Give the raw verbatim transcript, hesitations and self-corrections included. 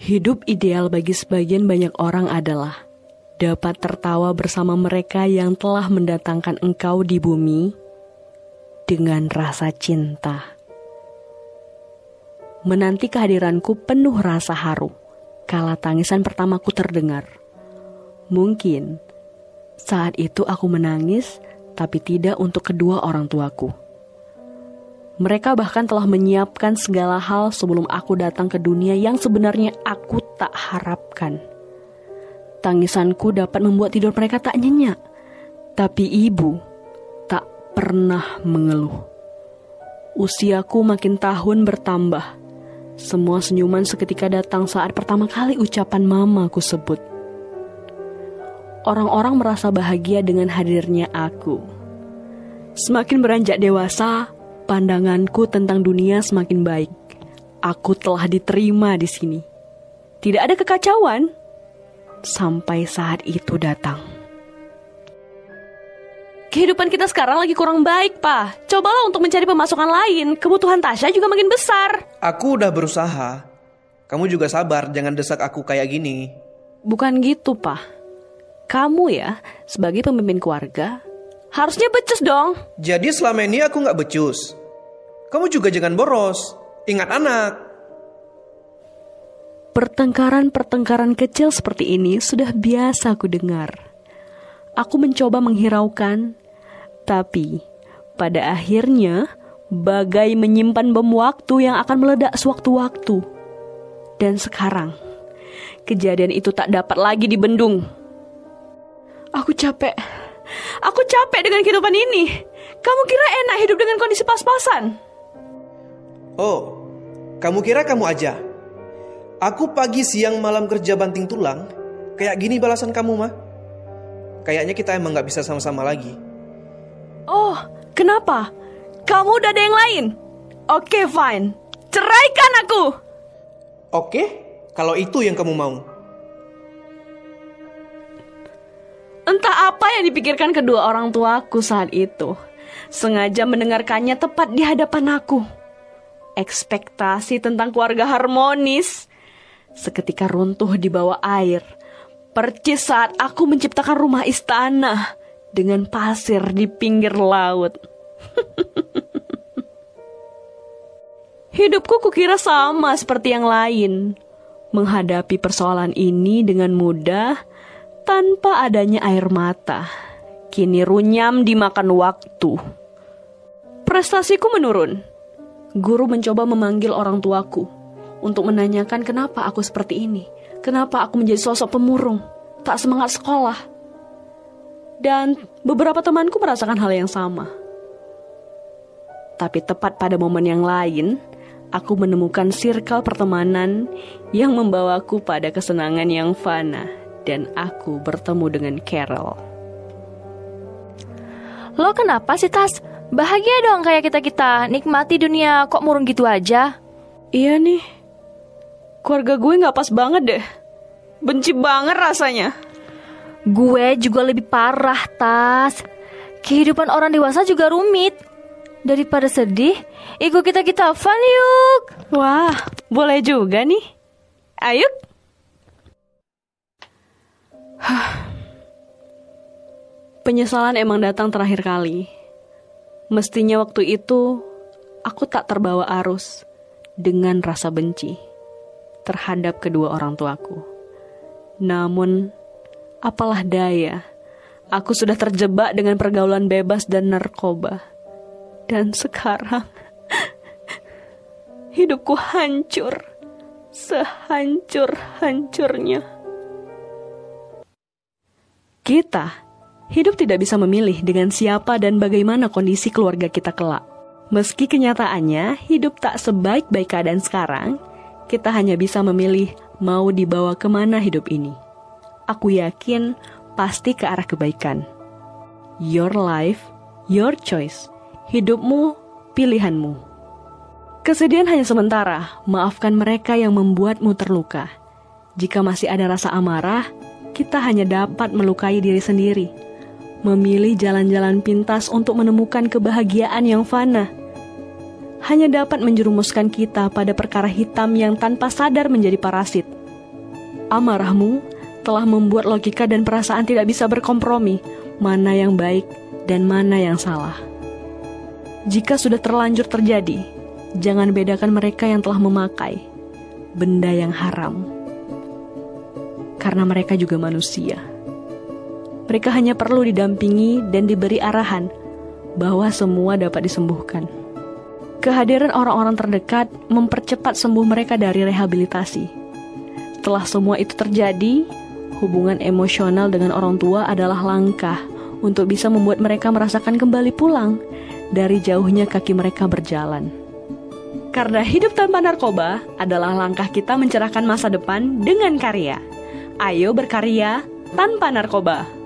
Hidup ideal bagi sebagian banyak orang adalah dapat tertawa bersama mereka yang telah mendatangkan engkau di bumi dengan rasa cinta. Menanti kehadiranku penuh rasa haru kala tangisan pertamaku terdengar. Mungkin saat itu aku menangis, tapi tidak untuk kedua orang tuaku. Mereka bahkan telah menyiapkan segala hal sebelum aku datang ke dunia yang sebenarnya aku tak harapkan. Tangisanku dapat membuat tidur mereka tak nyenyak, tapi ibu tak pernah mengeluh. Usiaku makin tahun bertambah. Semua senyuman seketika datang saat pertama kali ucapan mamaku sebut. Orang-orang merasa bahagia dengan hadirnya aku. Semakin beranjak dewasa, pandanganku tentang dunia semakin baik. Aku telah diterima di sini. Tidak ada kekacauan. Sampai saat itu datang. Kehidupan kita sekarang lagi kurang baik, Pak. Cobalah untuk mencari pemasukan lain. Kebutuhan Tasya juga makin besar. Aku udah berusaha. Kamu juga sabar, jangan desak aku kayak gini. Bukan gitu, Pak. Kamu ya, sebagai pemimpin keluarga, harusnya becus dong. Jadi selama ini aku gak becus. Kamu juga jangan boros. Ingat anak. Pertengkaran-pertengkaran kecil seperti ini sudah biasa aku dengar. Aku mencoba menghiraukan, tapi pada akhirnya bagai menyimpan bom waktu yang akan meledak sewaktu-waktu. Dan sekarang, kejadian itu tak dapat lagi dibendung. Aku capek. Aku capek dengan kehidupan ini. Kamu kira enak hidup dengan kondisi pas-pasan? Oh, kamu kira kamu aja? Aku pagi siang malam kerja banting tulang. Kayak gini balasan kamu mah. Kayaknya kita emang gak bisa sama-sama lagi. Oh, kenapa? Kamu udah ada yang lain? Oke, fine. Ceraikan aku. Oke, kalau itu yang kamu mau. Entah apa yang dipikirkan kedua orang tuaku saat itu. Sengaja mendengarkannya tepat di hadapan aku. Ekspektasi tentang keluarga harmonis seketika runtuh di bawah air. Percis saat aku menciptakan rumah istana dengan pasir di pinggir laut. Hidupku kukira sama seperti yang lain. Menghadapi persoalan ini dengan mudah tanpa adanya air mata. Kini runyam dimakan waktu. Prestasiku menurun. Guru mencoba memanggil orang tuaku untuk menanyakan kenapa aku seperti ini. Kenapa aku menjadi sosok pemurung, tak semangat sekolah. Dan beberapa temanku merasakan hal yang sama. Tapi tepat pada momen yang lain, aku menemukan sirkel pertemanan yang membawaku pada kesenangan yang fana. Dan aku bertemu dengan Carol. Lo kenapa sih, Tas? Bahagia dong kayak kita-kita. Nikmati dunia kok murung gitu aja. Iya nih. Keluarga gue gak pas banget deh. Benci banget rasanya. Gue juga lebih parah, Tas. Kehidupan orang dewasa juga rumit. Daripada sedih, ikut kita-kita fun yuk. Wah, boleh juga nih. Ayo. Penyesalan emang datang terakhir kali. Mestinya waktu itu aku tak terbawa arus dengan rasa benci terhadap kedua orang tuaku. Namun, apalah daya, aku sudah terjebak dengan pergaulan bebas dan narkoba. Dan sekarang, hidupku hancur, sehancur-hancurnya. Kita hidup tidak bisa memilih dengan siapa dan bagaimana kondisi keluarga kita kelak. Meski kenyataannya hidup tak sebaik-baik keadaan sekarang, kita hanya bisa memilih mau dibawa kemana hidup ini. Aku yakin pasti ke arah kebaikan. Your life, your choice. Hidupmu, pilihanmu. Kesedihan hanya sementara, maafkan mereka yang membuatmu terluka. Jika masih ada rasa amarah, kita hanya dapat melukai diri sendiri. Memilih jalan-jalan pintas untuk menemukan kebahagiaan yang fana hanya dapat menjerumuskan kita pada perkara hitam yang tanpa sadar menjadi parasit. Amarahmu telah membuat logika dan perasaan tidak bisa berkompromi, mana yang baik dan mana yang salah. Jika sudah terlanjur terjadi, jangan bedakan mereka yang telah memakai benda yang haram. Karena mereka juga manusia. Mereka hanya perlu didampingi dan diberi arahan bahwa semua dapat disembuhkan. Kehadiran orang-orang terdekat mempercepat sembuh mereka dari rehabilitasi. Setelah semua itu terjadi, hubungan emosional dengan orang tua adalah langkah untuk bisa membuat mereka merasakan kembali pulang dari jauhnya kaki mereka berjalan. Karena hidup tanpa narkoba adalah langkah kita mencerahkan masa depan dengan karya. Ayo berkarya tanpa narkoba.